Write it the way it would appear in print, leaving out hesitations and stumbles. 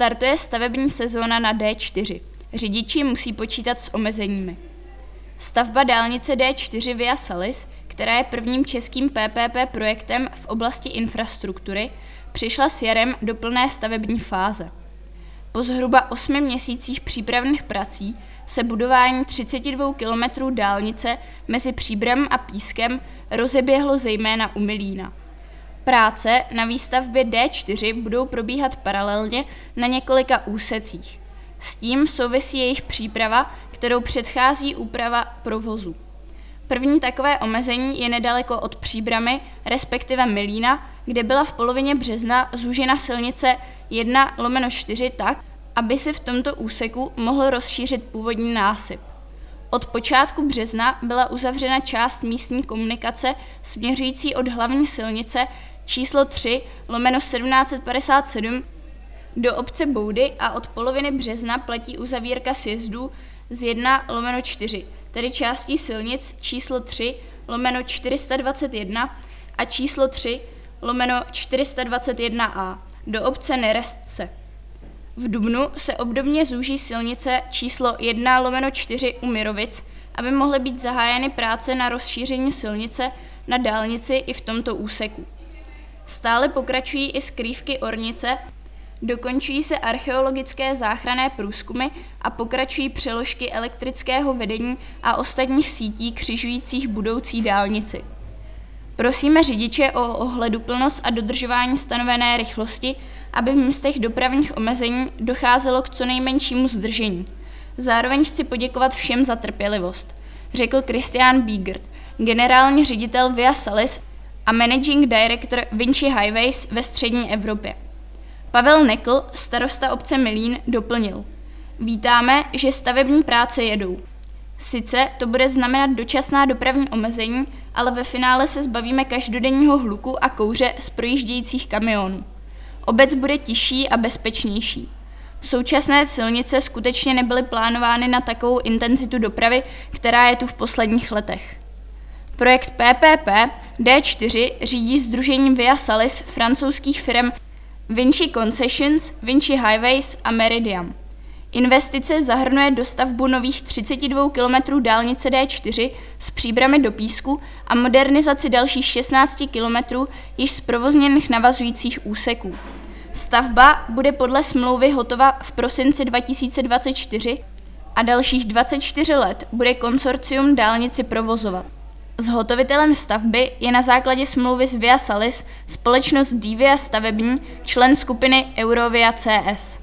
Startuje stavební sezóna na D4. Řidiči musí počítat s omezeními. Stavba dálnice D4 Via Salis, která je prvním českým PPP projektem v oblasti infrastruktury, přišla s jarem do plné stavební fáze. Po zhruba 8 měsících přípravných prací se budování 32 kilometrů dálnice mezi Příbram a Pískem rozeběhlo zejména u Milína. Práce na výstavbě D4 budou probíhat paralelně na několika úsecích. S tím souvisí jejich příprava, kterou předchází úprava provozu. První takové omezení je nedaleko od Příbramy, respektive Milína, kde byla v polovině března zúžena silnice 1/4 tak, aby se v tomto úseku mohl rozšířit původní násyp. Od počátku března byla uzavřena část místní komunikace směřující od hlavní silnice číslo 3/1757 do obce Boudy a od poloviny března platí uzavírka sjezdů z 1/4, tedy částí silnic číslo 3/421 a číslo 3/421a do obce Nerestce. V dubnu se obdobně zúží silnice číslo 1/4 u Mirovic, aby mohly být zahájeny práce na rozšíření silnice na dálnici i v tomto úseku. Stále pokračují i skrývky ornice, dokončují se archeologické záchranné průzkumy a pokračují přeložky elektrického vedení a ostatních sítí křižujících budoucí dálnici. Prosíme řidiče o ohleduplnost a dodržování stanovené rychlosti, aby v místech dopravních omezení docházelo k co nejmenšímu zdržení. Zároveň chci poděkovat všem za trpělivost, řekl Christian Biegert, generální ředitel Via Salis a managing director Vinci Highways ve střední Evropě. Pavel Nekl, starosta obce Milín, doplnil: Vítáme, že stavební práce jedou. Sice to bude znamenat dočasná dopravní omezení, ale ve finále se zbavíme každodenního hluku a kouře z projíždějících kamionů. Obec bude tišší a bezpečnější. Současné silnice skutečně nebyly plánovány na takovou intenzitu dopravy, která je tu v posledních letech. Projekt PPP D4 řídí sdružení Via Salis francouzských firm Vinci Concessions, Vinci Highways a Meridiam. Investice zahrnuje dostavbu nových 32 km dálnice D4 z Příbramy do Písku a modernizaci dalších 16 km již zprovozněných navazujících úseků. Stavba bude podle smlouvy hotova v prosinci 2024 a dalších 24 let bude konsorcium dálnici provozovat. Zhotovitelem stavby je na základě smlouvy s Via Salis společnost Divia stavební, člen skupiny Eurovia CS.